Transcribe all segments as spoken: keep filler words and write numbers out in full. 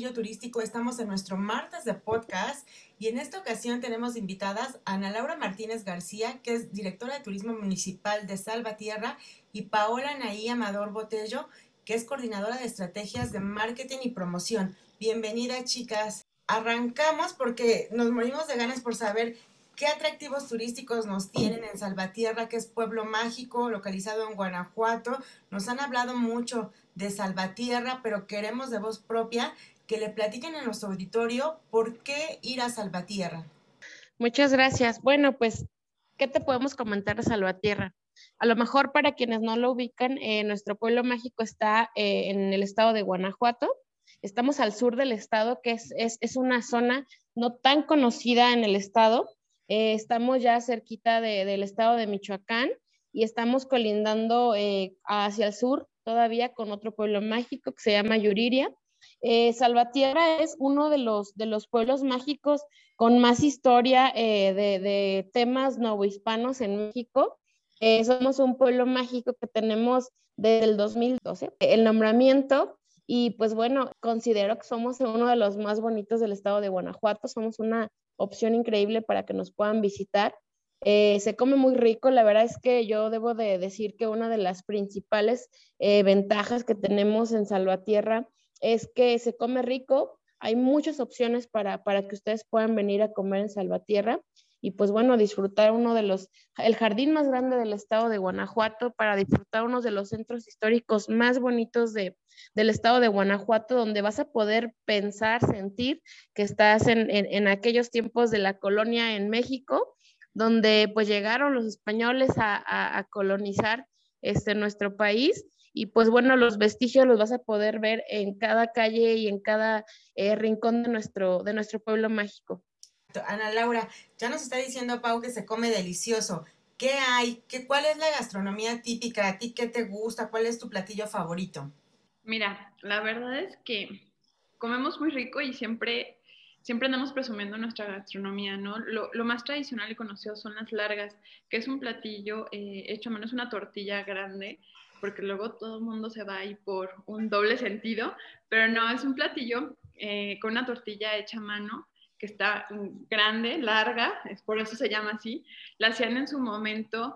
Pasillo Turístico. Estamos en nuestro martes de podcast y en esta ocasión tenemos invitadas a Ana Laura Martínez García, que es directora de Turismo Municipal de Salvatierra, y Paola Anaí Amador Botello, que es coordinadora de estrategias de marketing y promoción. Bienvenidas, chicas. Arrancamos porque nos morimos de ganas por saber qué atractivos turísticos nos tienen en Salvatierra, que es pueblo mágico localizado en Guanajuato. Nos han hablado mucho de Salvatierra, pero queremos de voz propia que le platiquen en nuestro auditorio por qué ir a Salvatierra. Muchas gracias. Bueno, pues, ¿qué te podemos comentar de Salvatierra? A lo mejor para quienes no lo ubican, eh, nuestro pueblo mágico está eh, en el estado de Guanajuato. Estamos al sur del estado, que es, es, es una zona no tan conocida en el estado. Eh, estamos ya cerquita de, del estado de Michoacán y estamos colindando eh, hacia el sur todavía con otro pueblo mágico que se llama Yuriria. Eh, Salvatierra es uno de los, de los pueblos mágicos con más historia eh, de, de temas novohispanos en México. Eh, somos un pueblo mágico que tenemos desde el dos mil doce, el nombramiento, y pues bueno, considero que somos uno de los más bonitos del estado de Guanajuato. Somos una opción increíble para que nos puedan visitar. Eh, se come muy rico. La verdad es que yo debo de decir que una de las principales eh, ventajas que tenemos en Salvatierra es que se come rico. Hay muchas opciones para, para que ustedes puedan venir a comer en Salvatierra y pues bueno, disfrutar uno de los, el jardín más grande del estado de Guanajuato, para disfrutar uno de los centros históricos más bonitos de, del estado de Guanajuato, donde vas a poder pensar, sentir que estás en, en, en aquellos tiempos de la colonia en México, donde pues llegaron los españoles a, a, a colonizar este, nuestro país. Y pues bueno, los vestigios los vas a poder ver en cada calle y en cada eh, rincón de nuestro, de nuestro pueblo mágico. Ana Laura, ya nos está diciendo Pau que se come delicioso. ¿Qué hay? ¿Qué, ¿Cuál es la gastronomía típica? ¿A ti qué te gusta? ¿Cuál es tu platillo favorito? Mira, la verdad es que comemos muy rico y siempre, siempre andamos presumiendo nuestra gastronomía, ¿no? Lo, lo más tradicional y conocido son las largas, que es un platillo eh, hecho a mano, es una tortilla grande, porque luego todo el mundo se va ahí por un doble sentido, pero no, es un platillo eh, con una tortilla hecha a mano, que está grande, larga, es por eso se llama así. La hacían en su momento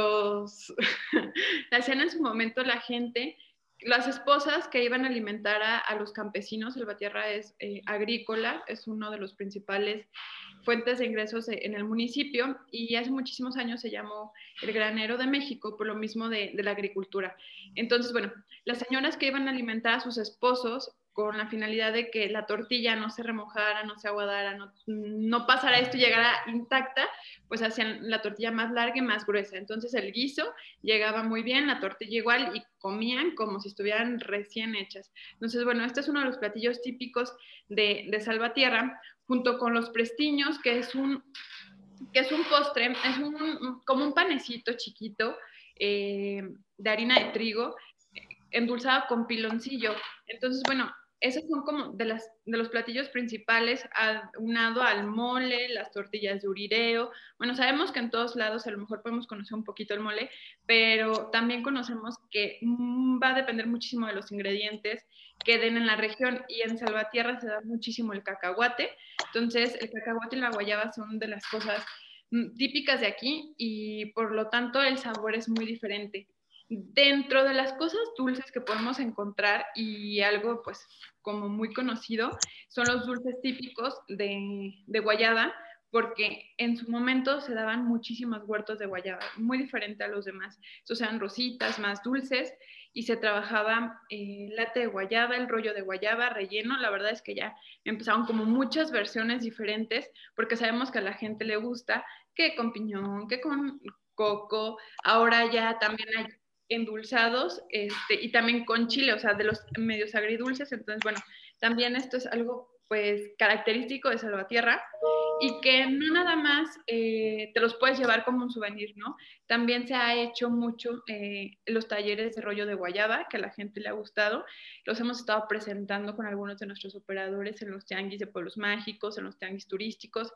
los, la hacían en su momento la gente, las esposas que iban a alimentar a, a los campesinos. Salvatierra es eh, agrícola, es uno de los principales fuentes de ingresos en el municipio y hace muchísimos años se llamó el granero de México por lo mismo de, de la agricultura. Entonces, bueno, las señoras que iban a alimentar a sus esposos con la finalidad de que la tortilla no se remojara, no se aguadara, no, no pasara esto y llegara intacta, pues hacían la tortilla más larga y más gruesa. Entonces el guiso llegaba muy bien, la tortilla igual, y comían como si estuvieran recién hechas. Entonces, bueno, este es uno de los platillos típicos de, de Salvatierra, junto con los prestiños, que es un, que es un postre, es un, como un panecito chiquito eh, de harina de trigo, endulzado con piloncillo. Entonces, bueno, esos son como de, las, de los platillos principales, aunado al mole, las tortillas de urireo. Bueno, sabemos que en todos lados a lo mejor podemos conocer un poquito el mole, pero también conocemos que va a depender muchísimo de los ingredientes que den en la región, y en Salvatierra se da muchísimo el cacahuate. Entonces, el cacahuate y la guayaba son de las cosas típicas de aquí y por lo tanto el sabor es muy diferente. Dentro de las cosas dulces que podemos encontrar, y algo pues como muy conocido, son los dulces típicos de, de guayaba, porque en su momento se daban muchísimos huertos de guayaba, muy diferente a los demás. Estos eran rositas, más dulces, y se trabajaba el eh, latte de guayaba, el rollo de guayaba, relleno. La verdad es que ya empezaron como muchas versiones diferentes, porque sabemos que a la gente le gusta, que con piñón, que con coco. Ahora ya también hay endulzados este, y también con chile, o sea, de los medios agridulces. Entonces, bueno, también esto es algo pues característico de Salvatierra, y que no nada más eh, te los puedes llevar como un souvenir, ¿no? También se ha hecho mucho eh, los talleres de rollo de guayaba, que a la gente le ha gustado. Los hemos estado presentando con algunos de nuestros operadores en los tianguis de pueblos mágicos, en los tianguis turísticos,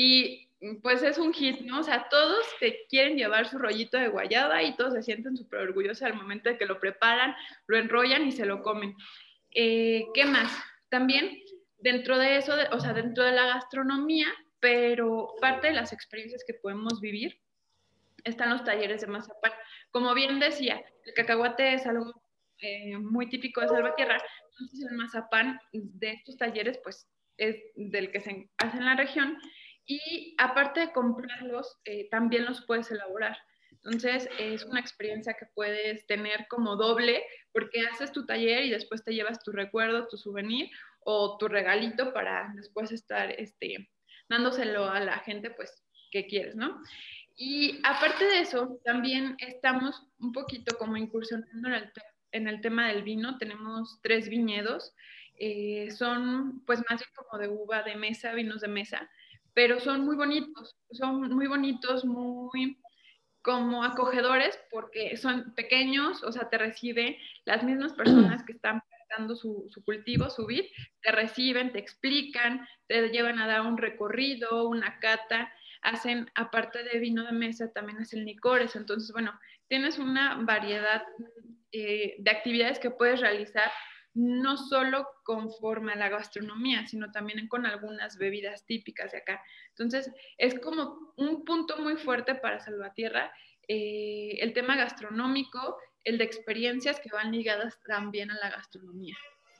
y pues es un hit, ¿no? O sea, todos te quieren llevar su rollito de guayaba y todos se sienten súper orgullosos al momento de que lo preparan, lo enrollan y se lo comen. Eh, ¿Qué más? También dentro de eso, de, o sea, dentro de la gastronomía, pero parte de las experiencias que podemos vivir están los talleres de mazapán. Como bien decía, el cacahuate es algo eh, muy típico de Salvatierra, entonces el mazapán de estos talleres pues es del que se hace en la región y aparte de comprarlos, eh, también los puedes elaborar. Entonces es una experiencia que puedes tener como doble porque haces tu taller y después te llevas tu recuerdo, tu souvenir o tu regalito para después estar este, dándoselo a la gente pues que quieres, ¿no? Y aparte de eso, también estamos un poquito como incursionando en el, te en el tema del vino. Tenemos tres viñedos, eh, son pues más bien como de uva de mesa, vinos de mesa, pero son muy bonitos, son muy bonitos, muy como acogedores porque son pequeños, o sea, te reciben las mismas personas que están plantando su, su cultivo, su vid, te reciben, te explican, te llevan a dar un recorrido, una cata, hacen, aparte de vino de mesa, también hacen licores, entonces, bueno, tienes una variedad eh, de actividades que puedes realizar no solo conforme a la gastronomía, sino también con algunas bebidas típicas de acá. Entonces, es como un punto muy fuerte para Salvatierra, eh, el tema gastronómico, el de experiencias que van ligadas también a la gastronomía.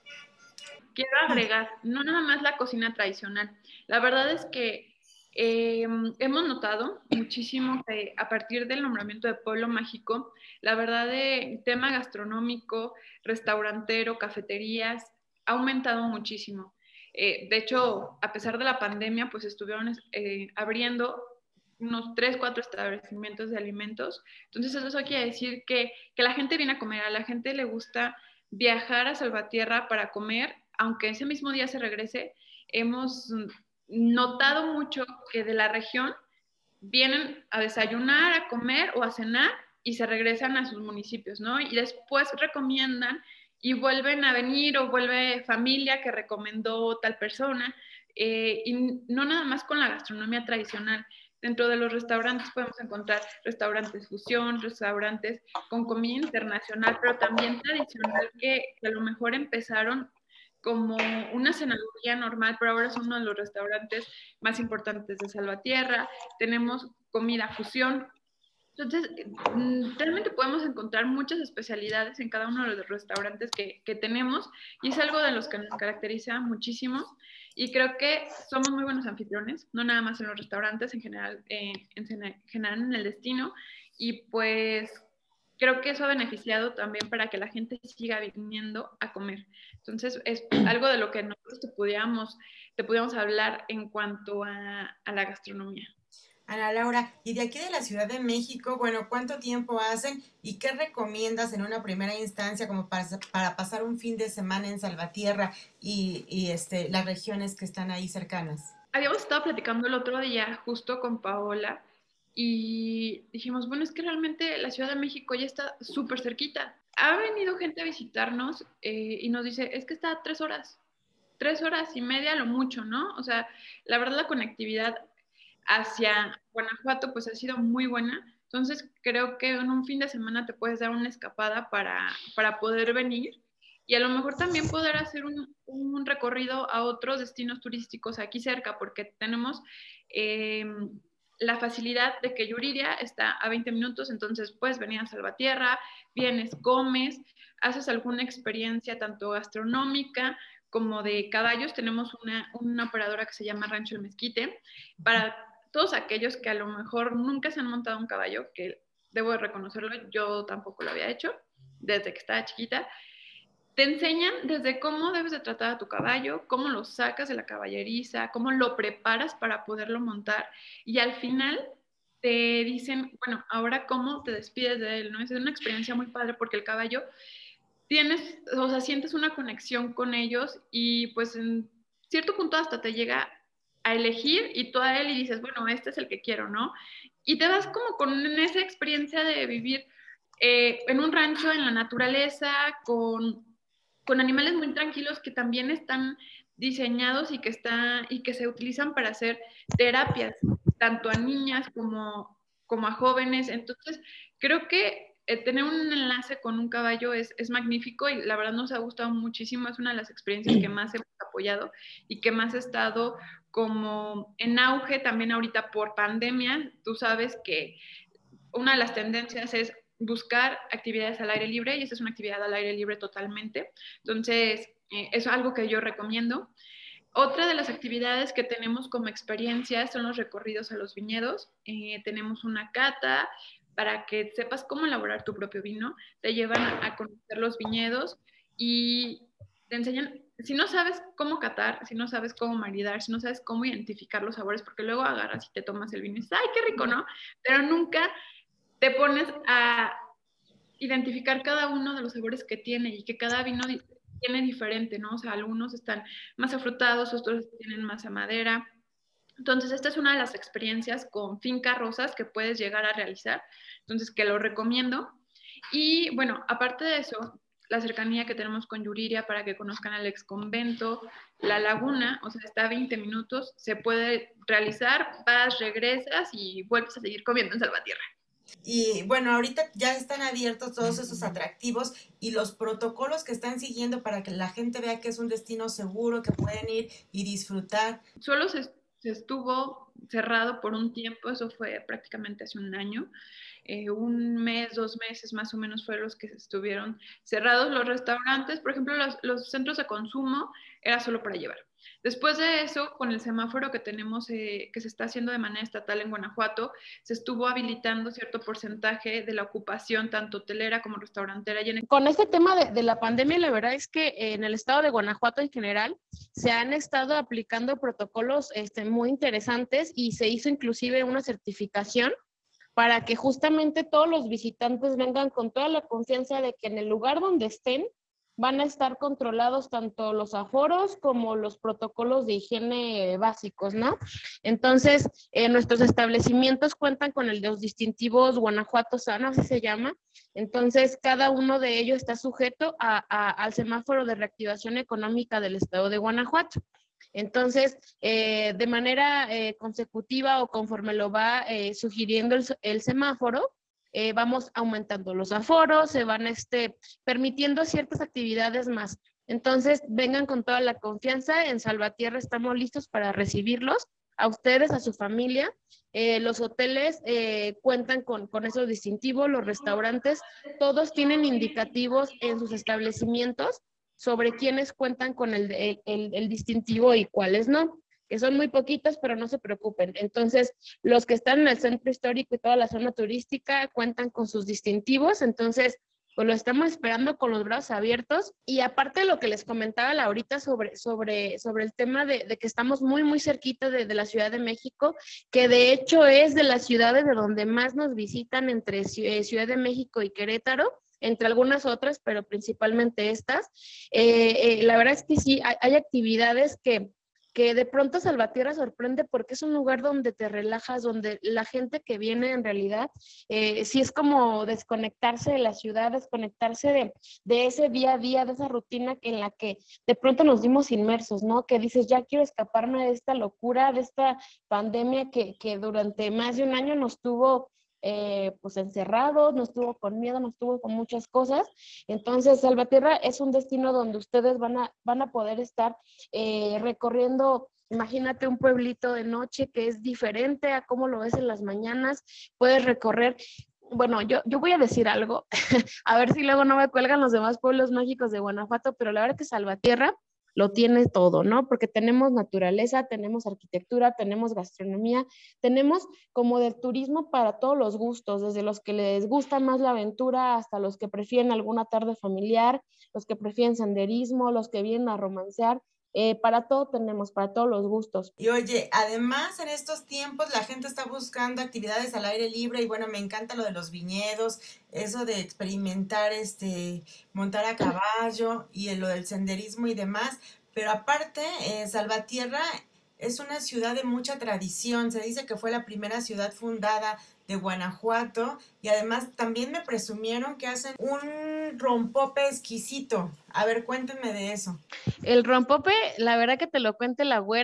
Quiero agregar, no nada más la cocina tradicional, la verdad es que eh, hemos notado muchísimo que a partir del nombramiento de Pueblo Mágico, la verdad de tema gastronómico, restaurantero, cafeterías, ha aumentado muchísimo. Eh, de hecho, a pesar de la pandemia, pues estuvieron eh, abriendo unos tres, cuatro establecimientos de alimentos. Entonces eso quiere decir que, que la gente viene a comer, a la gente le gusta viajar a Salvatierra para comer, aunque ese mismo día se regrese. Hemos notado mucho que de la región vienen a desayunar, a comer o a cenar y se regresan a sus municipios, ¿no? Y después recomiendan y vuelven a venir o vuelve familia que recomendó tal persona. Eh, y no nada más con la gastronomía tradicional. Dentro de los restaurantes podemos encontrar restaurantes fusión, restaurantes con comida internacional, pero también tradicional que, que a lo mejor empezaron como una cenaduría normal, pero ahora son uno de los restaurantes más importantes de Salvatierra. Tenemos comida fusión. Entonces, realmente podemos encontrar muchas especialidades en cada uno de los restaurantes que, que tenemos y es algo de los que nos caracteriza muchísimo y creo que somos muy buenos anfitriones, no nada más en los restaurantes, en general, eh, en general en el destino y pues creo que eso ha beneficiado también para que la gente siga viniendo a comer. Entonces, es algo de lo que nosotros te pudiéramos, te pudiéramos hablar en cuanto a, a la gastronomía. Ana Laura, y de aquí de la Ciudad de México, bueno, ¿cuánto tiempo hacen y qué recomiendas en una primera instancia como para, para pasar un fin de semana en Salvatierra y, y este, las regiones que están ahí cercanas? Habíamos estado platicando el otro día justo con Paola y dijimos, bueno, es que realmente la Ciudad de México ya está súper cerquita. Ha venido gente a visitarnos eh, y nos dice, es que está a tres horas, tres horas y media lo mucho, ¿no? O sea, la verdad la conectividad hacia Guanajuato pues ha sido muy buena. Entonces creo que en un fin de semana te puedes dar una escapada para, para poder venir y a lo mejor también poder hacer un, un recorrido a otros destinos turísticos aquí cerca, porque tenemos eh, la facilidad de que Yuriria está a veinte minutos, entonces puedes venir a Salvatierra, vienes, comes, haces alguna experiencia tanto gastronómica como de caballos. Tenemos una, una operadora que se llama Rancho El Mezquite, para todos aquellos que a lo mejor nunca se han montado un caballo, que debo de reconocerlo, yo tampoco lo había hecho desde que estaba chiquita. Te enseñan desde cómo debes de tratar a tu caballo, cómo lo sacas de la caballeriza, cómo lo preparas para poderlo montar y al final te dicen, bueno, ahora cómo te despides de él, ¿no? Es una experiencia muy padre porque el caballo tienes, o sea, sientes una conexión con ellos y pues en cierto punto hasta te llega a elegir y tú a él y dices, bueno, este es el que quiero, ¿no? Y te vas como con esa experiencia de vivir eh, en un rancho, en la naturaleza, con, con animales muy tranquilos que también están diseñados y que, está, y que se utilizan para hacer terapias, tanto a niñas como, como a jóvenes. Entonces, creo que eh, tener un enlace con un caballo es, es magnífico y la verdad nos ha gustado muchísimo, es una de las experiencias que más hemos apoyado y que más ha estado como en auge también ahorita por pandemia. Tú sabes que una de las tendencias es buscar actividades al aire libre y esta es una actividad al aire libre totalmente. Entonces, eh, es algo que yo recomiendo. Otra de las actividades que tenemos como experiencia son los recorridos a los viñedos. Eh, tenemos una cata para que sepas cómo elaborar tu propio vino. Te llevan a, a conocer los viñedos y te enseñan, si no sabes cómo catar, si no sabes cómo maridar, si no sabes cómo identificar los sabores, porque luego agarras y te tomas el vino y dices, ¡ay, qué rico!, ¿no? Pero nunca te pones a identificar cada uno de los sabores que tiene y que cada vino tiene diferente, ¿no? O sea, algunos están más afrutados, otros tienen más a madera. Entonces, esta es una de las experiencias con Finca Rosas que puedes llegar a realizar. Entonces, que lo recomiendo. Y bueno, aparte de eso, la cercanía que tenemos con Yuriria para que conozcan el ex convento, la laguna, o sea, está a veinte minutos, se puede realizar, vas, regresas y vuelves a seguir comiendo en Salvatierra. Y bueno, ahorita ya están abiertos todos esos atractivos y los protocolos que están siguiendo para que la gente vea que es un destino seguro, que pueden ir y disfrutar. Solo se, se estuvo cerrado por un tiempo, eso fue prácticamente hace un año. Eh, un mes, dos meses más o menos fueron los que estuvieron cerrados. Los restaurantes, por ejemplo, los, los centros de consumo, era solo para llevar. Después de eso, con el semáforo que tenemos, eh, que se está haciendo de manera estatal en Guanajuato, se estuvo habilitando cierto porcentaje de la ocupación, tanto hotelera como restaurantera. Y en el... Con este tema de, de la pandemia, la verdad es que en el estado de Guanajuato en general se han estado aplicando protocolos este, muy interesantes y se hizo inclusive una certificación para que justamente todos los visitantes vengan con toda la confianza de que en el lugar donde estén van a estar controlados tanto los aforos como los protocolos de higiene básicos, ¿no? Entonces, eh, nuestros establecimientos cuentan con el de los distintivos Guanajuato Sano, así se llama. Entonces, cada uno de ellos está sujeto a, a, al semáforo de reactivación económica del estado de Guanajuato. Entonces, eh, de manera eh, consecutiva o conforme lo va eh, sugiriendo el, el semáforo, eh, vamos aumentando los aforos, se van este, permitiendo ciertas actividades más. Entonces, vengan con toda la confianza, en Salvatierra estamos listos para recibirlos, a ustedes, a su familia. Eh, los hoteles eh, cuentan con, con esos distintivos, los restaurantes, todos tienen indicativos en sus establecimientos sobre quiénes cuentan con el, el, el, el distintivo y cuáles no, que son muy poquitos, pero no se preocupen. Entonces, los que están en el centro histórico y toda la zona turística cuentan con sus distintivos, entonces, pues lo estamos esperando con los brazos abiertos. Y aparte de lo que les comentaba Laurita sobre, sobre, sobre el tema de, de que estamos muy, muy cerquita de, de la Ciudad de México, que de hecho es de las ciudades de donde más nos visitan entre Ciudad de México y Querétaro, entre algunas otras, pero principalmente estas. Eh, eh, la verdad es que sí, hay, hay actividades que, que de pronto Salvatierra sorprende porque es un lugar donde te relajas, donde la gente que viene en realidad, eh, sí es como desconectarse de la ciudad, desconectarse de, de ese día a día, de esa rutina en la que de pronto nos dimos inmersos, ¿no? Que dices, ya quiero escaparme de esta locura, de esta pandemia que, que durante más de un año nos tuvo Eh, pues encerrados, nos tuvo con miedo, nos tuvo con muchas cosas. Entonces, Salvatierra es un destino donde ustedes van a, van a poder estar eh, recorriendo. Imagínate un pueblito de noche que es diferente a cómo lo ves en las mañanas. Puedes recorrer. Bueno, yo, yo voy a decir algo, a ver si luego no me cuelgan los demás pueblos mágicos de Guanajuato, pero la verdad que Salvatierra lo tiene todo, ¿no? Porque tenemos naturaleza, tenemos arquitectura, tenemos gastronomía, tenemos como del turismo para todos los gustos, desde los que les gusta más la aventura hasta los que prefieren alguna tarde familiar, los que prefieren senderismo, los que vienen a romancear. Eh, para todo tenemos, para todos los gustos. Y oye, además en estos tiempos la gente está buscando actividades al aire libre y bueno, me encanta lo de los viñedos, eso de experimentar, este, montar a caballo y lo del senderismo y demás, pero aparte, eh, Salvatierra es una ciudad de mucha tradición, se dice que fue la primera ciudad fundada de Guanajuato y además también me presumieron que hacen un rompope exquisito. A ver, cuéntenme de eso. El rompope, la verdad que te lo cuente la güera,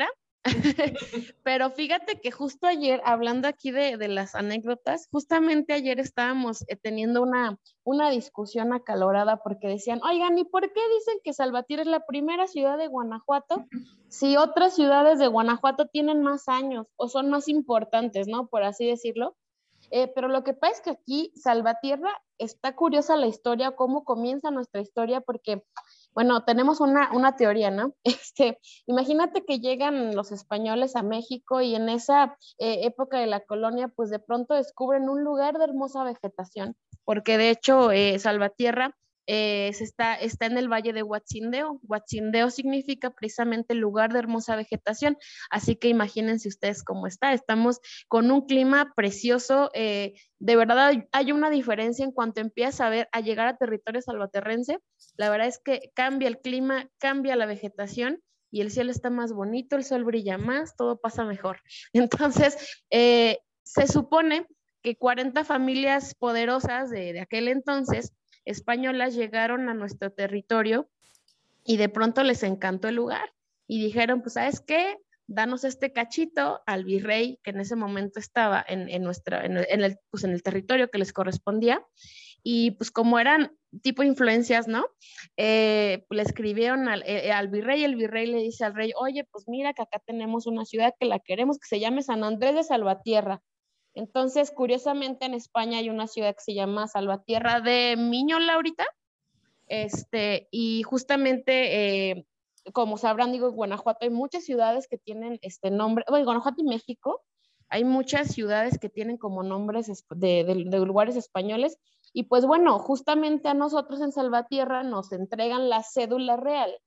Pero fíjate que justo ayer, hablando aquí de, de las anécdotas, justamente ayer estábamos eh, teniendo una, una discusión acalorada porque decían, oigan, ¿y por qué dicen que Salvatierra es la primera ciudad de Guanajuato si otras ciudades de Guanajuato tienen más años o son más importantes, ¿no? Por así decirlo. Eh, pero lo que pasa es que aquí, Salvatierra, está curiosa la historia, cómo comienza nuestra historia, porque, bueno, tenemos una, una teoría, ¿no? Este, imagínate que llegan los españoles a México y en esa eh, época de la colonia, pues de pronto descubren un lugar de hermosa vegetación, porque de hecho, eh, Salvatierra eh, se está, está en el valle de Huatzindeo. Huatzindeo significa precisamente lugar de hermosa vegetación, así que imagínense ustedes cómo está. Estamos con un clima precioso, eh, de verdad hay una diferencia en cuanto empiezas a ver, a llegar a territorio salvaterrense, la verdad es que cambia el clima, cambia la vegetación y el cielo está más bonito, el sol brilla más, todo pasa mejor. Entonces, eh, se supone que cuarenta familias poderosas de, de aquel entonces, españolas, llegaron a nuestro territorio y de pronto les encantó el lugar y dijeron, pues, ¿sabes qué? Danos este cachito al virrey que en ese momento estaba en, en, nuestra, en, en, el, pues en el territorio que les correspondía. Y pues como eran tipo influencias, ¿no? Eh, le escribieron al, eh, al virrey, el virrey le dice al rey, oye, pues mira que acá tenemos una ciudad que la queremos, que se llame San Andrés de Salvatierra. Entonces, curiosamente en España hay una ciudad que se llama Salvatierra de Miñola ahorita, este, y justamente... Eh, como sabrán, digo, en Guanajuato hay muchas ciudades que tienen este nombre, bueno, Guanajuato y México, hay muchas ciudades que tienen como nombres de, de, de lugares españoles, y pues bueno, justamente a nosotros en Salvatierra nos entregan la cédula real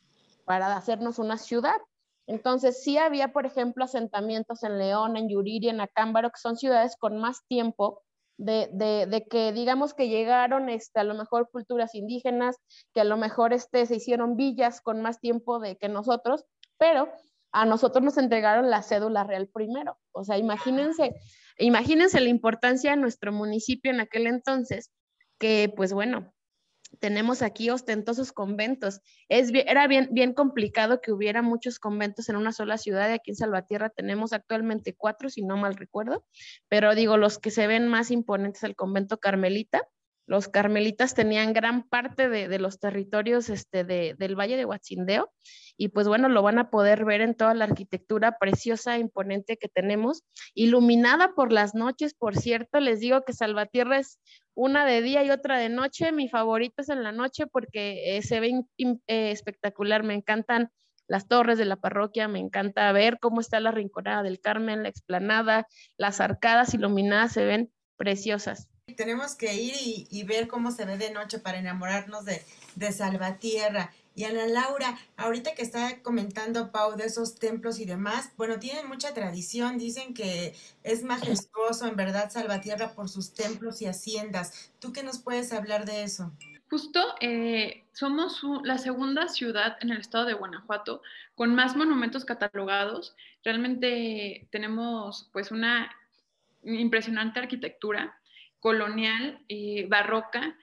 para hacernos una ciudad. Entonces sí había, por ejemplo, asentamientos en León, en Yuriria, en Acámbaro, que son ciudades con más tiempo, De, de, de que digamos que llegaron este, a lo mejor culturas indígenas, que a lo mejor este, se hicieron villas con más tiempo de que nosotros, pero a nosotros nos entregaron la cédula real primero. O sea, imagínense, imagínense la importancia de nuestro municipio en aquel entonces, que pues bueno, tenemos aquí ostentosos conventos. Es, era bien, bien complicado que hubiera muchos conventos en una sola ciudad, y aquí en Salvatierra tenemos actualmente cuatro, si no mal recuerdo, pero digo, los que se ven más imponentes, el convento carmelita. Los carmelitas tenían gran parte de, de los territorios este, de, del Valle de Huatzindeo, y pues bueno, lo van a poder ver en toda la arquitectura preciosa e imponente que tenemos, iluminada por las noches. Por cierto, les digo que Salvatierra es una de día y otra de noche. Mi favorito es en la noche porque eh, se ve in, in, eh, espectacular. Me encantan las torres de la parroquia, me encanta ver cómo está la Rinconada del Carmen, la explanada, las arcadas iluminadas se ven preciosas. Tenemos que ir y, y ver cómo se ve de noche para enamorarnos de, de Salvatierra. Y Ana Laura, ahorita que está comentando Pau de esos templos y demás, bueno, tienen mucha tradición, dicen que es majestuoso en verdad Salvatierra por sus templos y haciendas. ¿Tú qué nos puedes hablar de eso? Justo eh, somos la segunda ciudad en el estado de Guanajuato con más monumentos catalogados. Realmente tenemos pues una impresionante arquitectura colonial, eh, barroca.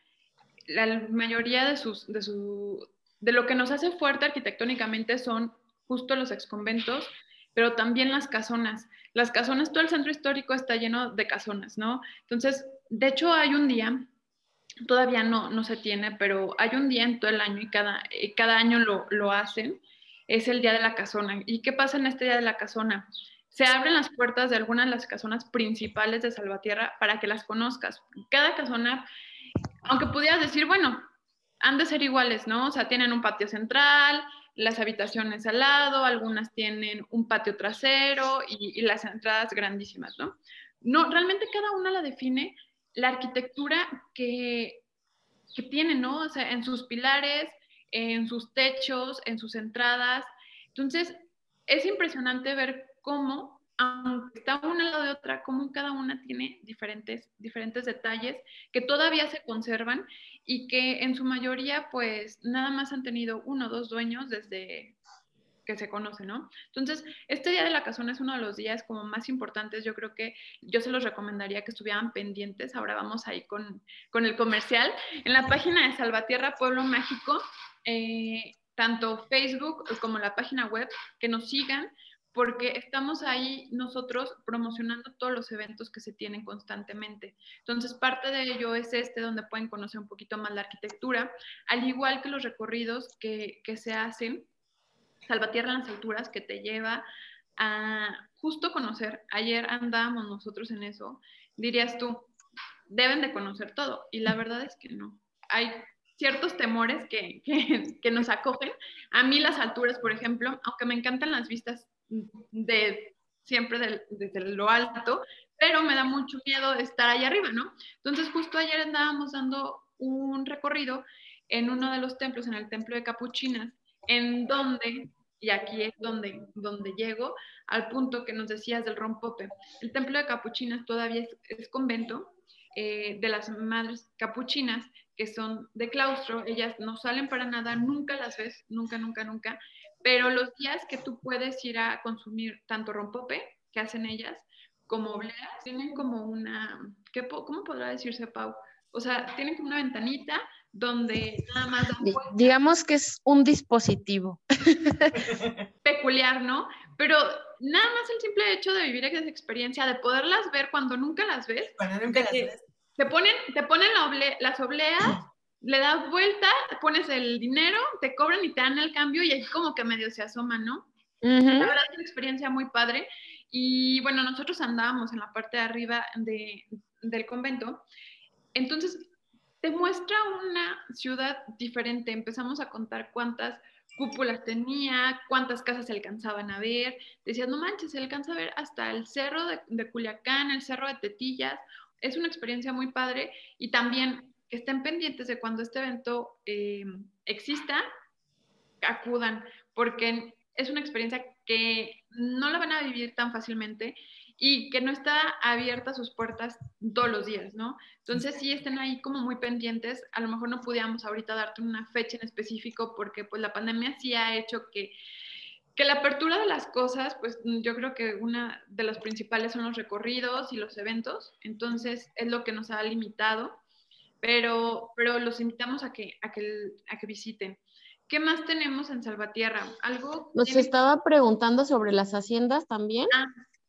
La mayoría de, sus, de, su, de lo que nos hace fuerte arquitectónicamente son justo los exconventos, pero también las casonas. Las casonas, todo el centro histórico está lleno de casonas, ¿no? Entonces, de hecho hay un día, todavía no, no se tiene, pero hay un día en todo el año y cada, cada año lo, lo hacen, es el Día de la Casona. ¿Y qué pasa en este Día de la Casona? Se abren las puertas de algunas de las casonas principales de Salvatierra para que las conozcas. Cada casona, aunque pudieras decir, bueno, han de ser iguales, ¿no? O sea, tienen un patio central, las habitaciones al lado, algunas tienen un patio trasero y, y las entradas grandísimas, ¿no? No, realmente cada una la define la arquitectura que, que tiene, ¿no? O sea, en sus pilares, en sus techos, en sus entradas. Entonces, es impresionante ver cómo, aunque está una al lado de otra, cómo cada una tiene diferentes, diferentes detalles que todavía se conservan y que en su mayoría, pues, nada más han tenido uno o dos dueños desde que se conoce, ¿no? Entonces, este Día de la Casona es uno de los días como más importantes. Yo creo que yo se los recomendaría que estuvieran pendientes. Ahora vamos ahí con, con el comercial. En la página de Salvatierra Pueblo Mágico, eh, tanto Facebook como la página web, que nos sigan, porque estamos ahí nosotros promocionando todos los eventos que se tienen constantemente. Entonces, parte de ello es este, donde pueden conocer un poquito más la arquitectura, al igual que los recorridos que, que se hacen, Salvatierra en las alturas, que te lleva a justo conocer. Ayer andábamos nosotros en eso, dirías tú, deben de conocer todo, y la verdad es que no. Hay ciertos temores que, que, que nos acogen. A mí las alturas, por ejemplo, aunque me encantan las vistas de siempre de, desde lo alto, pero me da mucho miedo estar allá arriba, ¿no? Entonces justo ayer andábamos dando un recorrido en uno de los templos, en el templo de Capuchinas, en donde, y aquí es donde, donde llego, al punto que nos decías del rompope. El templo de Capuchinas todavía es, es convento, eh, de las madres capuchinas, que son de claustro, ellas no salen para nada, nunca las ves, nunca, nunca, nunca, pero los días que tú puedes ir a consumir tanto rompope, que hacen ellas, como obleas, tienen como una, ¿qué, ¿cómo podrá decirse, Pau? O sea, tienen como una ventanita donde nada más dan vueltas. Digamos que es un dispositivo. Peculiar, ¿no? Pero nada más el simple hecho de vivir esa experiencia, de poderlas ver cuando nunca las ves. Cuando nunca las ves. Te ponen, te ponen la oble, las obleas, le das vuelta, pones el dinero, te cobran y te dan el cambio, y ahí como que medio se asoman, ¿no? Uh-huh. La verdad es una experiencia muy padre. Y bueno, nosotros andábamos en la parte de arriba de, del convento, entonces te muestra una ciudad diferente. Empezamos a contar cuántas cúpulas tenía, cuántas casas se alcanzaban a ver. Decías, no manches, se alcanza a ver hasta el cerro de, de Culiacán, el cerro de Tetillas. Es una experiencia muy padre, y también que estén pendientes de cuando este evento eh, exista, acudan, porque es una experiencia que no la van a vivir tan fácilmente y que no está abierta sus puertas todos los días, ¿no? Entonces sí estén ahí como muy pendientes. A lo mejor no pudiéramos ahorita darte una fecha en específico porque pues la pandemia sí ha hecho que que la apertura de las cosas, pues yo creo que una de las principales son los recorridos y los eventos, entonces es lo que nos ha limitado, pero, pero los invitamos a que, a, que, a que visiten. ¿Qué más tenemos en Salvatierra? ¿Algo? Nos tiene... estaba preguntando sobre las haciendas también. Ah,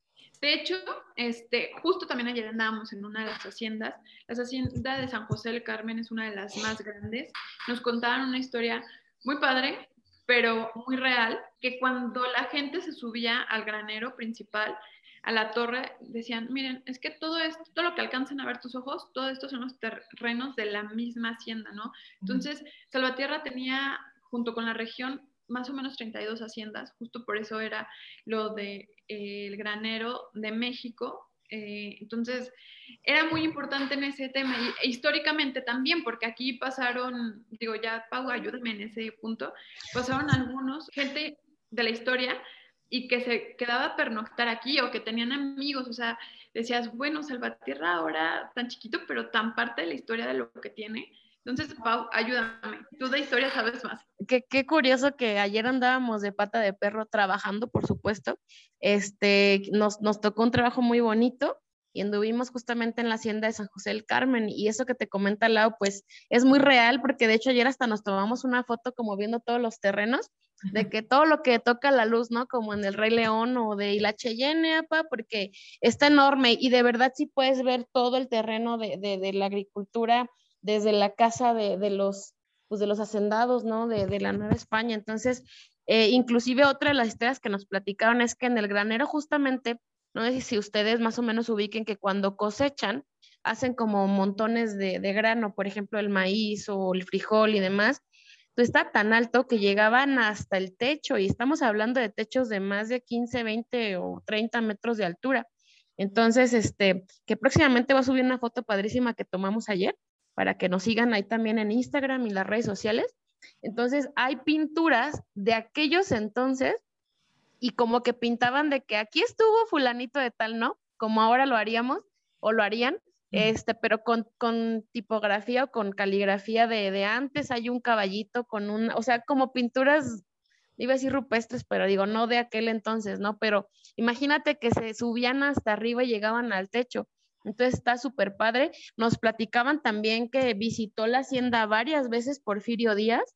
de hecho, este, justo también ayer andábamos en una de las haciendas. La hacienda de San José del Carmen es una de las más grandes. Nos contaban una historia muy padre, pero muy real, que cuando la gente se subía al granero principal, a la torre, decían, miren, es que todo esto, todo lo que alcanzan a ver tus ojos, todo esto son los terrenos de la misma hacienda, ¿no? Entonces, Salvatierra tenía, junto con la región, más o menos treinta y dos haciendas, justo por eso era lo de eh, el granero de México. Eh, entonces, era muy importante en ese tema, y e históricamente también, porque aquí pasaron, digo, ya Pau, ayúdame en ese punto, pasaron algunos, gente de la historia, y que se quedaba a pernoctar aquí, o que tenían amigos, o sea, decías, bueno, Salvatierra ahora tan chiquito, pero tan parte de la historia de lo que tiene. Entonces, Pau, ayúdame, tú de historia sabes más. Qué, qué curioso que ayer andábamos de pata de perro trabajando, por supuesto. Este, nos, nos tocó un trabajo muy bonito y anduvimos justamente en la hacienda de San José del Carmen, y eso que te comenta Lau, pues es muy real, porque de hecho ayer hasta nos tomamos una foto como viendo todos los terrenos, de que todo lo que toca la luz, ¿no? Como en el Rey León o de la Cheyenne, apa, porque está enorme, y de verdad sí puedes ver todo el terreno de, de, de la agricultura, desde la casa de, de, los, pues de los hacendados, ¿no? De, de la Nueva España. Entonces, eh, inclusive otra de las historias que nos platicaron es que en el granero justamente, no sé si ustedes más o menos ubiquen que cuando cosechan, hacen como montones de, de grano, por ejemplo, el maíz o el frijol y demás. Entonces está tan alto que llegaban hasta el techo, y estamos hablando de techos de más de quince, veinte o treinta metros de altura. Entonces, este, que próximamente va a subir una foto padrísima que tomamos ayer, para que nos sigan ahí también en Instagram y las redes sociales. Entonces, hay pinturas de aquellos entonces, y como que pintaban de que aquí estuvo fulanito de tal, ¿no? Como ahora lo haríamos, o lo harían, este, pero con, con tipografía o con caligrafía de, de antes. Hay un caballito con un, o sea, como pinturas, iba a decir rupestres, pero digo, no de aquel entonces, ¿no? Pero imagínate que se subían hasta arriba y llegaban al techo. Entonces está súper padre. Nos platicaban también que visitó la hacienda varias veces Porfirio Díaz,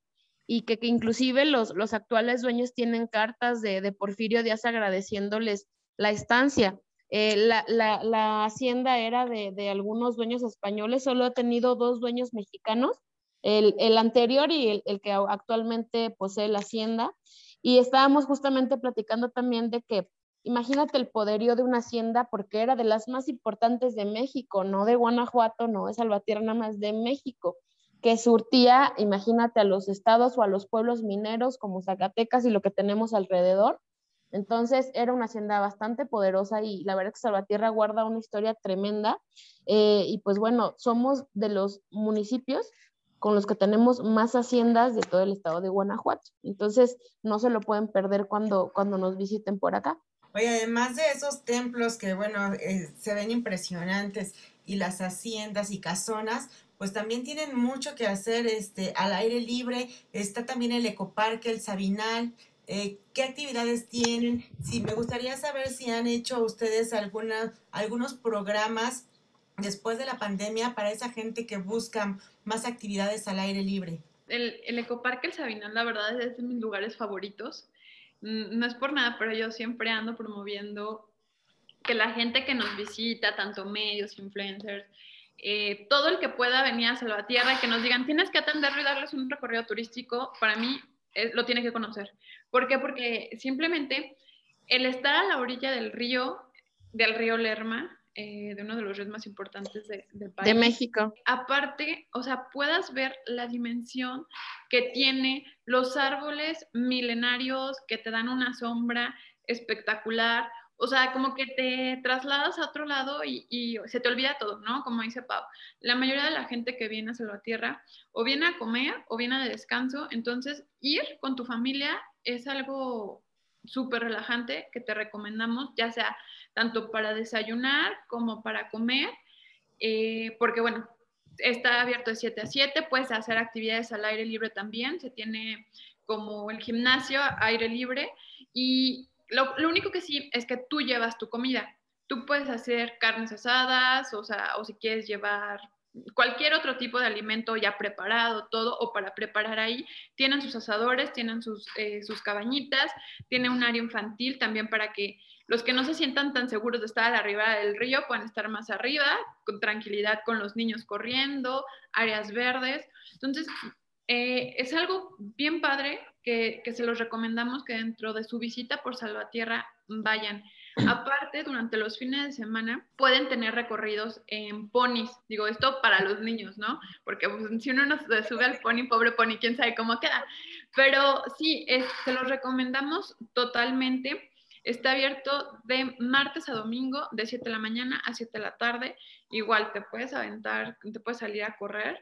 y que, que inclusive los, los actuales dueños tienen cartas de, de Porfirio Díaz agradeciéndoles la estancia. Eh, la, la, la hacienda era de, de algunos dueños españoles, solo ha tenido dos dueños mexicanos, el, el anterior y el, el que actualmente posee la hacienda. Y estábamos justamente platicando también de que imagínate el poderío de una hacienda porque era de las más importantes de México, no de Guanajuato, no de Salvatierra, nada más de México, que surtía, imagínate, a los estados o a los pueblos mineros como Zacatecas y lo que tenemos alrededor. Entonces era una hacienda bastante poderosa y la verdad que Salvatierra guarda una historia tremenda. Eh, y pues bueno, somos de los municipios con los que tenemos más haciendas de todo el estado de Guanajuato. Entonces no se lo pueden perder cuando, cuando nos visiten por acá. Oye, además de esos templos que, bueno, eh, se ven impresionantes y las haciendas y casonas, pues también tienen mucho que hacer este, al aire libre. Está también el ecoparque, el Sabinal. Eh, ¿qué actividades tienen? Sí, me gustaría saber si han hecho ustedes alguna, algunos programas después de la pandemia para esa gente que busca más actividades al aire libre. El, el ecoparque El Sabinal, la verdad, es de mis lugares favoritos. No es por nada, pero yo siempre ando promoviendo que la gente que nos visita, tanto medios, influencers, eh, todo el que pueda venir a Salvatierra y que nos digan, tienes que atenderlo y darles un recorrido turístico, para mí eh, lo tiene que conocer. ¿Por qué? Porque simplemente el estar a la orilla del río, del río Lerma, eh, de uno de los ríos más importantes de, del país. De México. Aparte, o sea, puedas ver la dimensión que tiene los árboles milenarios que te dan una sombra espectacular. O sea, como que te trasladas a otro lado y, y se te olvida todo, ¿no? Como dice Pau. La mayoría de la gente que viene a Salvatierra o viene a comer o viene de descanso. Entonces, ir con tu familia es algo súper relajante que te recomendamos, ya sea tanto para desayunar como para comer, eh, porque bueno, está abierto de siete a siete, puedes hacer actividades al aire libre también, se tiene como el gimnasio aire libre y lo, lo único que sí es que tú llevas tu comida. Tú puedes hacer carnes asadas, o sea, o si quieres llevar cualquier otro tipo de alimento ya preparado, todo, o para preparar ahí. Tienen sus asadores, tienen sus, eh, sus cabañitas, tiene un área infantil también para que los que no se sientan tan seguros de estar a la ribera del río puedan estar más arriba, con tranquilidad con los niños corriendo, áreas verdes. Entonces, eh, es algo bien padre que, que se los recomendamos que dentro de su visita por Salvatierra vayan. Aparte, durante los fines de semana pueden tener recorridos en ponis. Digo, esto para los niños, ¿no? Porque pues, si uno no se sube al pony, pobre pony, quién sabe cómo queda. Pero sí, es, se los recomendamos totalmente. Está abierto de martes a domingo, de siete de la mañana a siete de la tarde. Igual te puedes aventar, te puedes salir a correr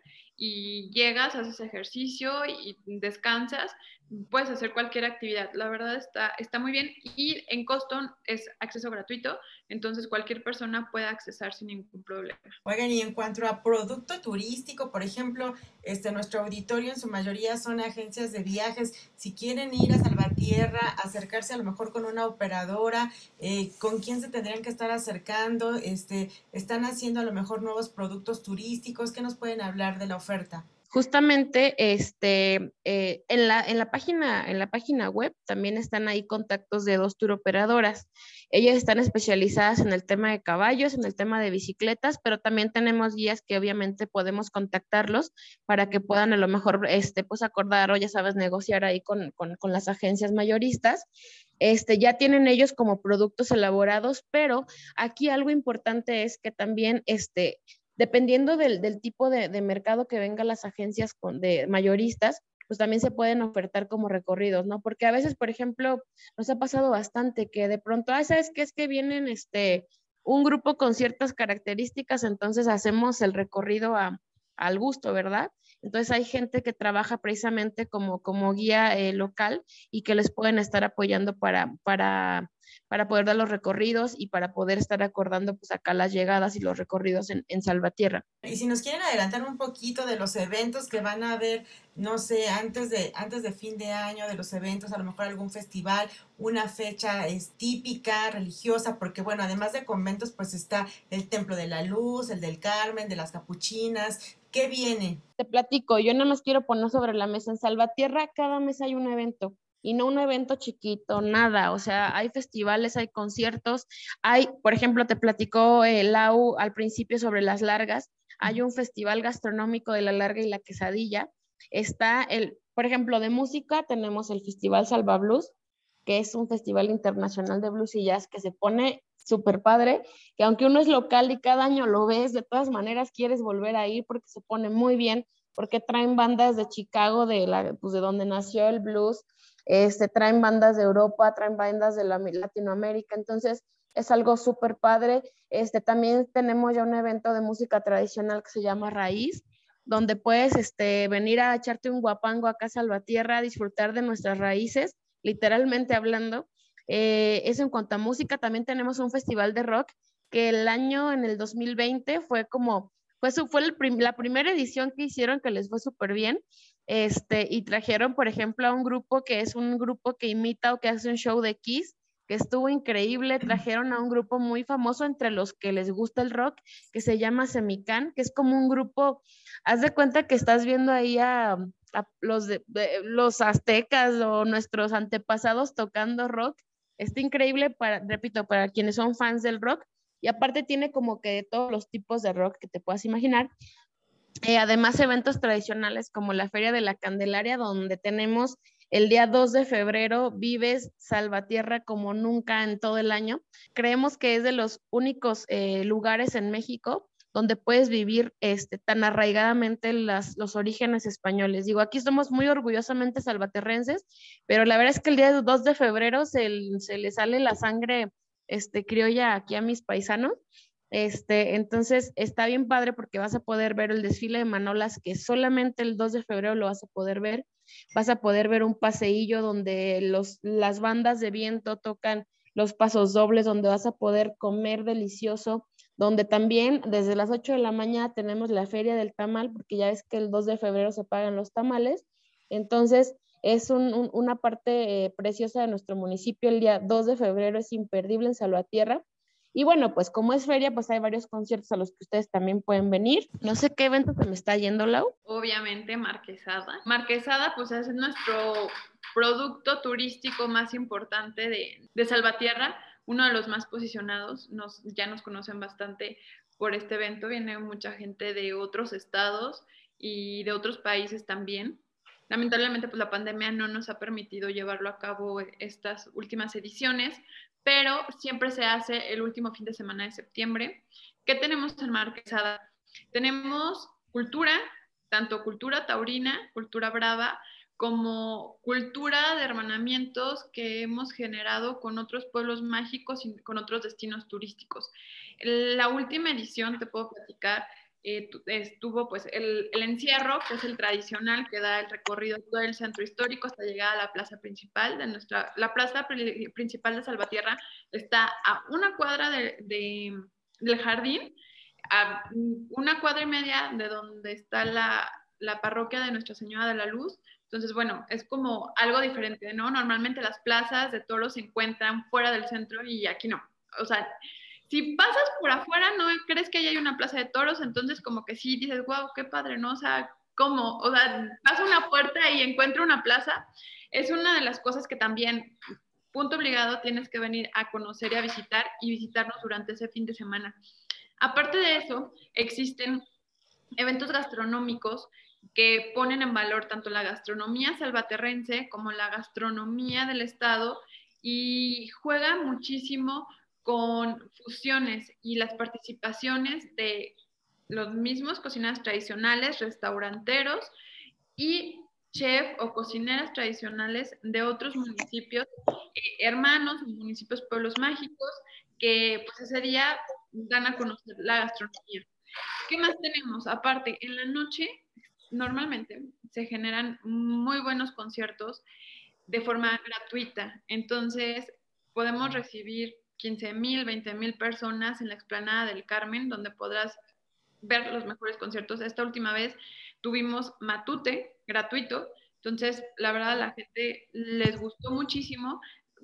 y llegas, haces ejercicio y descansas, puedes hacer cualquier actividad. La verdad está, está muy bien y en costo es acceso gratuito, entonces cualquier persona puede accesar sin ningún problema. Oigan, y en cuanto a producto turístico, por ejemplo, este, nuestro auditorio en su mayoría son agencias de viajes. Si quieren ir a Salvatierra, acercarse a lo mejor con una operadora, eh, ¿con quién se tendrían que estar acercando? Este, ¿están haciendo a lo mejor nuevos productos turísticos? ¿Qué nos pueden hablar de la oferta? Justamente este, eh, en la, en la página, en la página web también están ahí contactos de dos turoperadoras. Ellas están especializadas en el tema de caballos, en el tema de bicicletas, pero también tenemos guías que obviamente podemos contactarlos para que puedan a lo mejor este, pues acordar o ya sabes, negociar ahí con, con, con las agencias mayoristas. Este, ya tienen ellos como productos elaborados, pero aquí algo importante es que también este, dependiendo del, del tipo de, de mercado que venga las agencias con, de mayoristas, pues también se pueden ofertar como recorridos, ¿no? Porque a veces, por ejemplo, nos ha pasado bastante que de pronto, ah, ¿sabes qué? Es que vienen este, un grupo con ciertas características, entonces hacemos el recorrido a, al gusto, ¿verdad? Entonces hay gente que trabaja precisamente como, como guía eh, local y que les pueden estar apoyando para, para, para poder dar los recorridos y para poder estar acordando pues acá las llegadas y los recorridos en, en Salvatierra. Y si nos quieren adelantar un poquito de los eventos que van a haber, no sé, antes de, antes de fin de año, de los eventos, a lo mejor algún festival, una fecha es típica, religiosa, porque bueno, además de conventos, pues está el Templo de la Luz, el del Carmen, de las Capuchinas. ¿Qué viene? Te platico, yo nada más quiero poner sobre la mesa, en Salvatierra cada mes hay un evento, y no un evento chiquito, nada, o sea, hay festivales, hay conciertos, hay, por ejemplo, te platicó eh, Lau al principio sobre las largas, hay un festival gastronómico de la larga y la quesadilla, está el, por ejemplo, de música tenemos el Festival Salva Blues, que es un festival internacional de blues y jazz que se pone súper padre, que aunque uno es local y cada año lo ves, de todas maneras quieres volver a ir porque se pone muy bien, porque traen bandas de Chicago, de, la, pues de donde nació el blues, este, traen bandas de Europa, traen bandas de la, Latinoamérica, entonces es algo súper padre. Este, también tenemos ya un evento de música tradicional que se llama Raíz, donde puedes este, venir a echarte un guapango acá a Salvatierra, disfrutar de nuestras raíces, literalmente hablando. Eh, eso en cuanto a música, también tenemos un festival de rock que el año, en el dos mil veinte, fue como, fue, su, fue el prim, la primera edición que hicieron que les fue súper bien, este, y trajeron, por ejemplo, a un grupo que es un grupo que imita o que hace un show de Kiss, que estuvo increíble. Trajeron a un grupo muy famoso entre los que les gusta el rock, que se llama Semicán, que es como un grupo, haz de cuenta que estás viendo ahí a, a los, de, de, los aztecas o nuestros antepasados tocando rock. Está increíble, para, repito, para quienes son fans del rock, y aparte tiene como que todos los tipos de rock que te puedas imaginar. Eh, además, eventos tradicionales como la Feria de la Candelaria, donde tenemos el día dos de febrero, vives Salvatierra como nunca en todo el año. Creemos que es de los únicos eh, lugares en México donde puedes vivir este, tan arraigadamente las, los orígenes españoles. Digo, aquí somos muy orgullosamente salvaterrenses, pero la verdad es que el día dos de febrero se, se le sale la sangre este, criolla aquí a mis paisanos. Este, entonces está bien padre porque vas a poder ver el desfile de manolas, que solamente el dos de febrero lo vas a poder ver. Vas a poder ver un paseillo donde los, las bandas de viento tocan los pasos dobles, donde vas a poder comer delicioso, donde también desde las ocho de la mañana tenemos la feria del tamal, porque ya ves que el dos de febrero se pagan los tamales. Entonces es un, un, una parte eh, preciosa de nuestro municipio. El día dos de febrero es imperdible en Salvatierra. Y bueno, pues como es feria, pues hay varios conciertos a los que ustedes también pueden venir. No sé qué evento se me está yendo, Lau. Obviamente Marquesada. Marquesada pues es nuestro producto turístico más importante de, de Salvatierra, uno de los más posicionados. Nos, ya nos conocen bastante por este evento. Viene mucha gente de otros estados y de otros países también. Lamentablemente pues la pandemia no nos ha permitido llevarlo a cabo estas últimas ediciones, pero siempre se hace el último fin de semana de septiembre. ¿Qué tenemos en Marquesada? Tenemos cultura, tanto cultura taurina, cultura brava, como cultura de hermanamientos que hemos generado con otros pueblos mágicos y con otros destinos turísticos. La última edición, te puedo platicar, eh, estuvo pues el, el encierro, que es el tradicional, que da el recorrido todo el centro histórico hasta llegar a la plaza principal de nuestra, la plaza principal de Salvatierra está a una cuadra de, de, del jardín, a una cuadra y media de donde está la, la parroquia de Nuestra Señora de la Luz. Entonces, bueno, es como algo diferente, ¿no? Normalmente las plazas de toros se encuentran fuera del centro y aquí no. O sea, si pasas por afuera, no crees que hay una plaza de toros, entonces como que sí dices, wow, qué padre, ¿no? O sea, ¿cómo? O sea, paso una puerta y encuentro una plaza. Es una de las cosas que también, punto obligado, tienes que venir a conocer y a visitar y visitarnos durante ese fin de semana. Aparte de eso, existen eventos gastronómicos que ponen en valor tanto la gastronomía salvaterrense como la gastronomía del estado y juega muchísimo con fusiones y las participaciones de los mismos cocineros tradicionales, restauranteros y chef o cocineras tradicionales de otros municipios, eh, hermanos, municipios, pueblos mágicos, que pues ese día dan a conocer la gastronomía. ¿Qué más tenemos? Aparte, en la noche normalmente se generan muy buenos conciertos de forma gratuita. Entonces, podemos recibir quince mil, veinte mil personas en la explanada del Carmen, donde podrás ver los mejores conciertos. Esta última vez tuvimos Matute gratuito. Entonces, la verdad, a la gente les gustó muchísimo.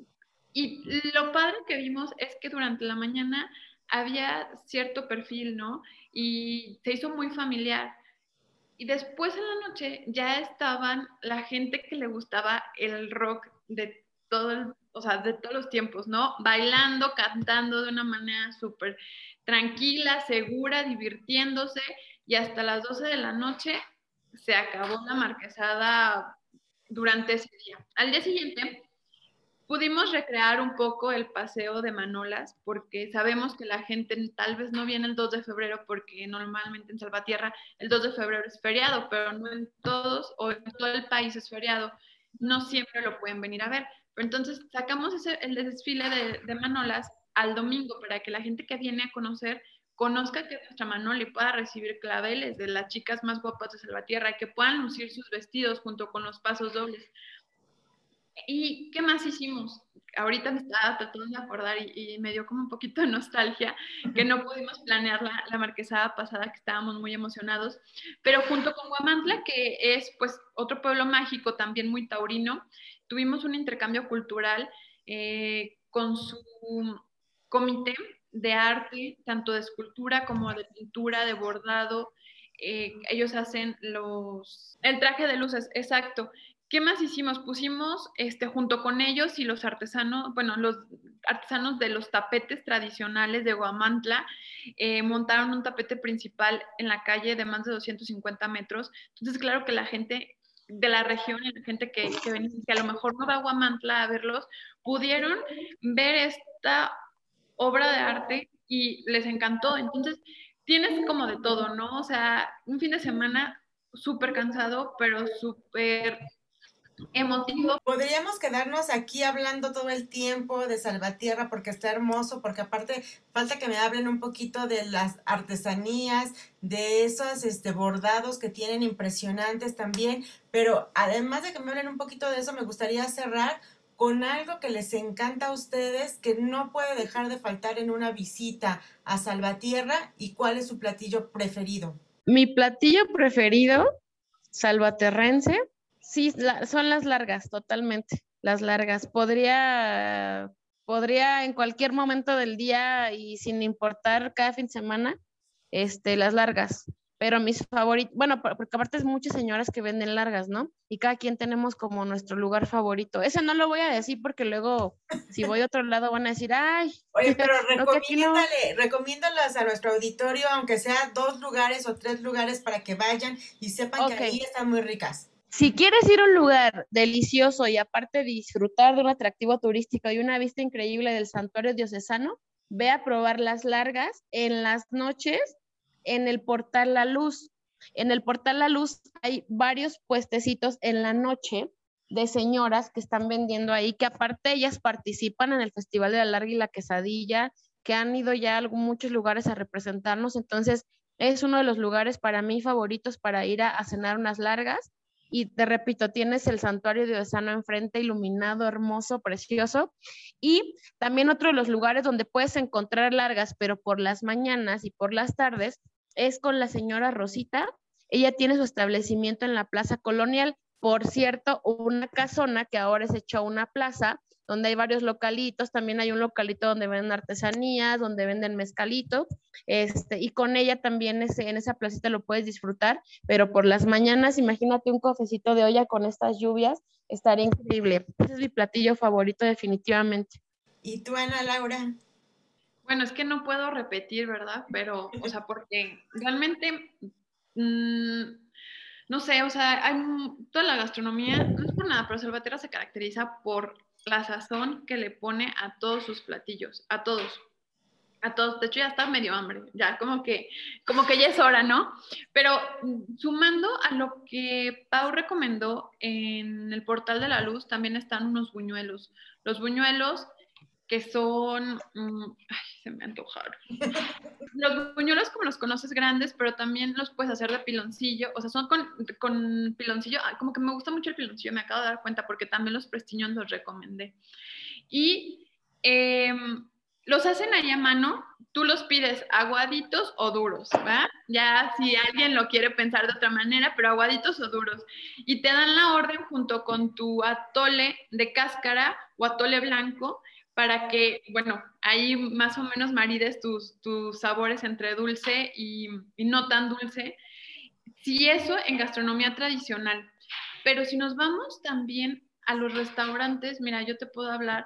Y lo padre que vimos es que durante la mañana había cierto perfil, ¿no? Y se hizo muy familiar. Y después en la noche ya estaban la gente que le gustaba el rock de todo el, o sea, de todos los tiempos, ¿no? Bailando, cantando de una manera súper tranquila, segura, divirtiéndose, y hasta las doce de la noche se acabó la marquesada durante ese día. Al día siguiente pudimos recrear un poco el paseo de Manolas, porque sabemos que la gente tal vez no viene el dos de febrero, porque normalmente en Salvatierra el dos de febrero es feriado, pero no en todos o en todo el país es feriado. No siempre lo pueden venir a ver. Pero entonces sacamos ese, el desfile de, de Manolas al domingo para que la gente que viene a conocer conozca que es nuestra Manola y pueda recibir claveles de las chicas más guapas de Salvatierra, que puedan lucir sus vestidos junto con los pasos dobles. ¿Y qué más hicimos? Ahorita me estaba tratando de acordar y, y me dio como un poquito de nostalgia que no pudimos planear la, la marquesada pasada, que estábamos muy emocionados, pero junto con Huamantla, que es pues otro pueblo mágico también muy taurino, tuvimos un intercambio cultural eh, con su comité de arte, tanto de escultura como de pintura, de bordado. Eh, ellos hacen los, el traje de luces, exacto. ¿Qué más hicimos? Pusimos este, junto con ellos y los artesanos, bueno, los artesanos de los tapetes tradicionales de Huamantla, eh, montaron un tapete principal en la calle de más de doscientos cincuenta metros. Entonces, claro que la gente de la región y la gente que, que, ven, que a lo mejor no va a Huamantla a verlos, pudieron ver esta obra de arte y les encantó. Entonces, tienes como de todo, ¿no? O sea, un fin de semana súper cansado, pero súper emotivo. Podríamos quedarnos aquí hablando todo el tiempo de Salvatierra porque está hermoso, porque aparte falta que me hablen un poquito de las artesanías, de esos este, bordados que tienen impresionantes también, pero además de que me hablen un poquito de eso, me gustaría cerrar con algo que les encanta a ustedes, que no puede dejar de faltar en una visita a Salvatierra. ¿Y cuál es su platillo preferido? Mi platillo preferido, salvaterrense, sí, la, son las largas, totalmente, las largas. Podría, podría en cualquier momento del día y sin importar cada fin de semana, este, las largas. Pero mis favoritos, bueno, porque aparte es muchas señoras que venden largas, ¿no? Y cada quien tenemos como nuestro lugar favorito. Ese no lo voy a decir porque luego, si voy a otro lado, van a decir, ay, oye, pero no, que aquí no. recomiéndale, recomiéndalas a nuestro auditorio, aunque sea dos lugares o tres lugares para que vayan y sepan okay, que ahí están muy ricas. Si quieres ir a un lugar delicioso y aparte disfrutar de un atractivo turístico y una vista increíble del santuario diocesano, ve a probar las largas en las noches en el Portal La Luz. En el Portal La Luz hay varios puestecitos en la noche de señoras que están vendiendo ahí, que aparte ellas participan en el Festival de la Larga y la Quesadilla, que han ido ya a muchos lugares a representarnos. Entonces es uno de los lugares para mí favoritos para ir a, a cenar unas largas. Y te repito, tienes el santuario diocesano enfrente, iluminado, hermoso, precioso. Y también otro de los lugares donde puedes encontrar largas, pero por las mañanas y por las tardes, es con la señora Rosita. Ella tiene su establecimiento en la Plaza Colonial. Por cierto, una casona que ahora es hecha una plaza, donde hay varios localitos. También hay un localito donde venden artesanías, donde venden mezcalito, este, y con ella también ese, en esa placita lo puedes disfrutar, pero por las mañanas, imagínate un cafecito de olla con estas lluvias, estaría increíble. Ese es mi platillo favorito definitivamente. ¿Y tú, Ana Laura? Bueno, es que no puedo repetir, ¿verdad? Pero, o sea, porque realmente, mmm, no sé, o sea, hay toda la gastronomía, no es por nada, pero Salvatierra se caracteriza por la sazón que le pone a todos sus platillos, a todos, a todos. De hecho, ya está medio hambre, ya como que, como que ya es hora, ¿no? Pero sumando a lo que Pau recomendó en el Portal de la Luz, también están unos buñuelos. Los buñuelos que son, um, ay, se me antojaron. Los buñuelos como los conoces grandes, pero también los puedes hacer de piloncillo, o sea, son con, con piloncillo, como que me gusta mucho el piloncillo, me acabo de dar cuenta porque también los prestiños los recomendé. Y eh, los hacen ahí a mano, tú los pides aguaditos o duros, ¿va? Ya si alguien lo quiere pensar de otra manera, pero aguaditos o duros. Y te dan la orden junto con tu atole de cáscara o atole blanco, para que, bueno, ahí más o menos marides tus, tus sabores entre dulce y, y no tan dulce. Sí, eso en gastronomía tradicional. Pero si nos vamos también a los restaurantes, mira, yo te puedo hablar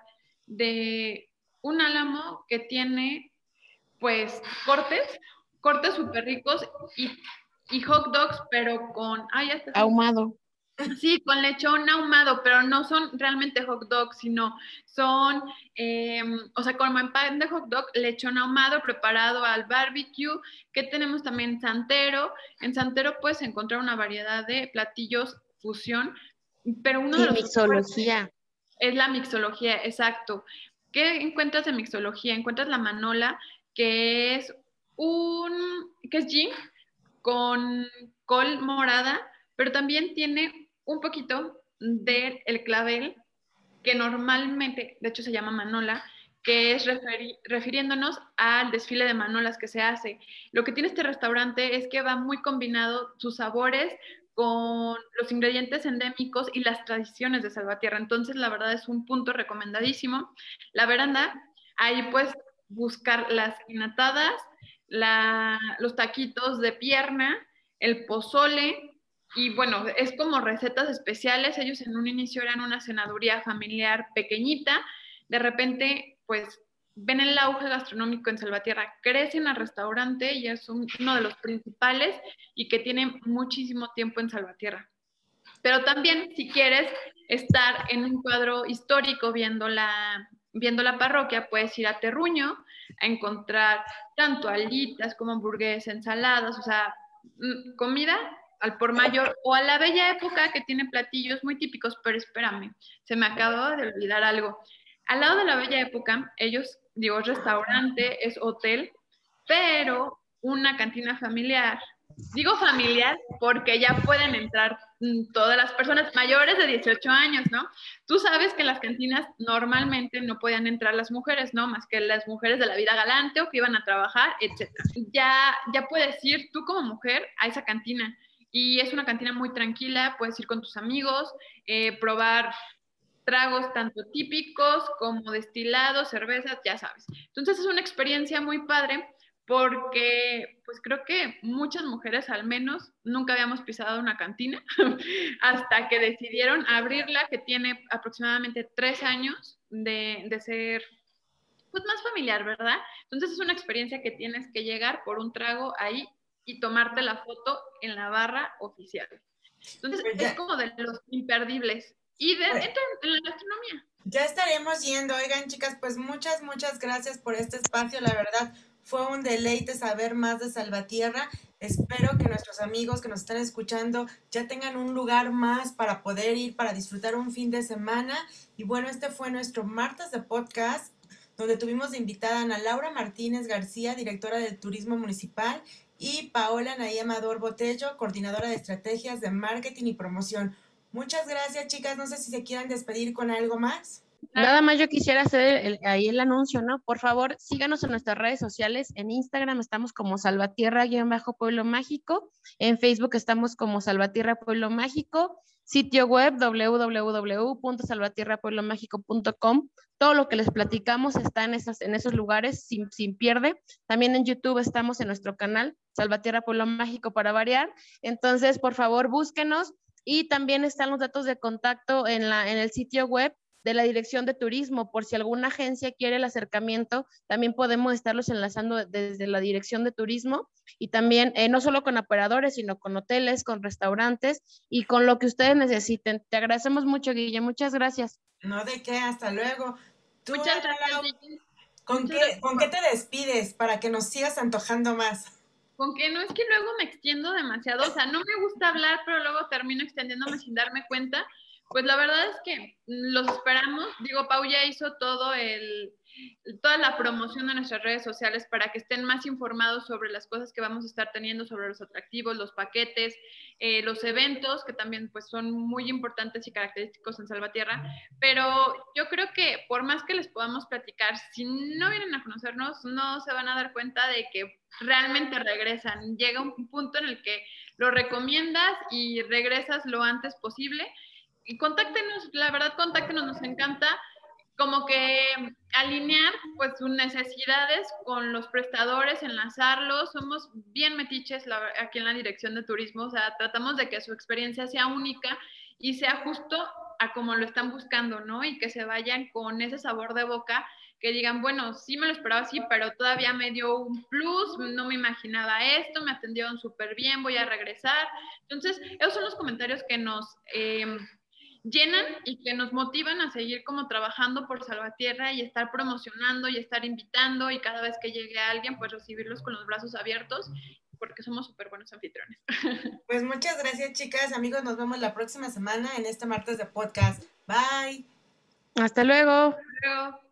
de un Álamo que tiene, pues, cortes, cortes súper ricos y, y hot dogs, pero con, ay, ya está. Ahumado. Sí, con lechón ahumado, pero no son realmente hot dogs, sino son, eh, o sea, como en pan de hot dog, lechón ahumado preparado al barbecue, que tenemos también santero. En santero puedes encontrar una variedad de platillos fusión, pero uno de Y los mixología. es la mixología, exacto. ¿Qué encuentras en mixología? Encuentras la manola, que es un, que es gin con col morada, pero también tiene un poquito del el clavel, que normalmente, de hecho se llama manola, que es referi refiriéndonos al desfile de manolas que se hace. Lo que tiene este restaurante es que va muy combinado sus sabores con los ingredientes endémicos y las tradiciones de Salvatierra. Entonces, la verdad es un punto recomendadísimo. La veranda, ahí puedes buscar las enatadas, la, los taquitos de pierna, el pozole, y bueno, es como recetas especiales. Ellos en un inicio eran una cenaduría familiar pequeñita. De repente, pues, ven el auge gastronómico en Salvatierra, crecen al restaurante y es un, uno de los principales y que tiene muchísimo tiempo en Salvatierra. Pero también, si quieres estar en un cuadro histórico viendo la, viendo la parroquia, puedes ir a Terruño a encontrar tanto alitas como hamburguesas, ensaladas, o sea, comida al por mayor, o a la bella época, que tiene platillos muy típicos. Pero espérame, se me acabó de olvidar algo. Al lado de la bella época, ellos, digo, es restaurante, es hotel, pero una cantina familiar. Digo familiar porque ya pueden entrar mm, todas las personas mayores de dieciocho años, ¿no? Tú sabes que en las cantinas normalmente no podían entrar las mujeres, ¿no? Más que las mujeres de la vida galante o que iban a trabajar, etcétera. Ya, ya puedes ir tú como mujer a esa cantina, y es una cantina muy tranquila, puedes ir con tus amigos, eh, probar tragos tanto típicos como destilados, cervezas, ya sabes. Entonces es una experiencia muy padre, porque pues creo que muchas mujeres al menos nunca habíamos pisado una cantina hasta que decidieron abrirla, que tiene aproximadamente tres años de, de ser pues más familiar, ¿verdad? Entonces es una experiencia que tienes que llegar por un trago ahí y tomarte la foto en la barra oficial. Entonces Pues es ya, como de los imperdibles. Y de, pues, entra en la gastronomía. ya estaremos yendo. Oigan, chicas, pues muchas, muchas gracias por este espacio. La verdad, fue un deleite saber más de Salvatierra. Espero que nuestros amigos que nos están escuchando ya tengan un lugar más para poder ir, para disfrutar un fin de semana. Y bueno, este fue nuestro martes de podcast, donde tuvimos de invitada a Ana Laura Martínez García, directora del Turismo Municipal, y Paola Naí Amador Botello, coordinadora de estrategias de marketing y promoción. Muchas gracias, chicas. No sé si se quieran despedir con algo más. Nada más yo quisiera hacer el- ahí el anuncio, ¿no? Por favor, síganos en nuestras redes sociales. En Instagram estamos como Salvatierra-Pueblo Mágico. En Facebook estamos como Salvatierra Pueblo Mágico. Sitio web w w w punto salvatierra pueblo mágico punto com. Todo lo que les platicamos está en, esas, en esos lugares sin, sin pierde. También en YouTube estamos en nuestro canal Salvatierra Pueblo Mágico para variar. Entonces, por favor, búsquenos. Y también están los datos de contacto en, la, en el sitio web de la Dirección de Turismo. Por si alguna agencia quiere el acercamiento, también podemos estarlos enlazando desde la Dirección de Turismo, y también eh, no solo con operadores, sino con hoteles, con restaurantes y con lo que ustedes necesiten. Te agradecemos mucho, Guille. Muchas gracias. No, de qué, hasta luego. Tú, Muchas gracias, Ana, Vicky. ¿con Muchas qué, gracias ¿con qué por... te despides para que nos sigas antojando más? Con que no, es que luego me extiendo demasiado, o sea, no me gusta hablar, pero luego termino extendiéndome sin darme cuenta. Pues la verdad es que los esperamos. Digo, Pau ya hizo todo el, toda la promoción de nuestras redes sociales para que estén más informados sobre las cosas que vamos a estar teniendo, sobre los atractivos, los paquetes, eh, los eventos, que también pues son muy importantes y característicos en Salvatierra. Pero yo creo que por más que les podamos platicar, si no vienen a conocernos, no se van a dar cuenta de que realmente regresan. Llega un punto en el que lo recomiendas y regresas lo antes posible. Y contáctenos, la verdad, contáctenos, nos encanta como que alinear pues sus necesidades con los prestadores, enlazarlos. Somos bien metiches la, aquí en la dirección de turismo, o sea, tratamos de que su experiencia sea única y sea justo a como lo están buscando, ¿no? Y que se vayan con ese sabor de boca, que digan, bueno, sí me lo esperaba así, pero todavía me dio un plus, no me imaginaba esto, me atendieron súper bien, voy a regresar. Entonces, esos son los comentarios que nos... Eh, llenan y que nos motivan a seguir como trabajando por Salvatierra y estar promocionando y estar invitando y cada vez que llegue alguien, pues recibirlos con los brazos abiertos, porque somos súper buenos anfitriones. Pues muchas gracias, chicas. Amigos, nos vemos la próxima semana en este martes de podcast. Bye. Hasta luego. Hasta luego.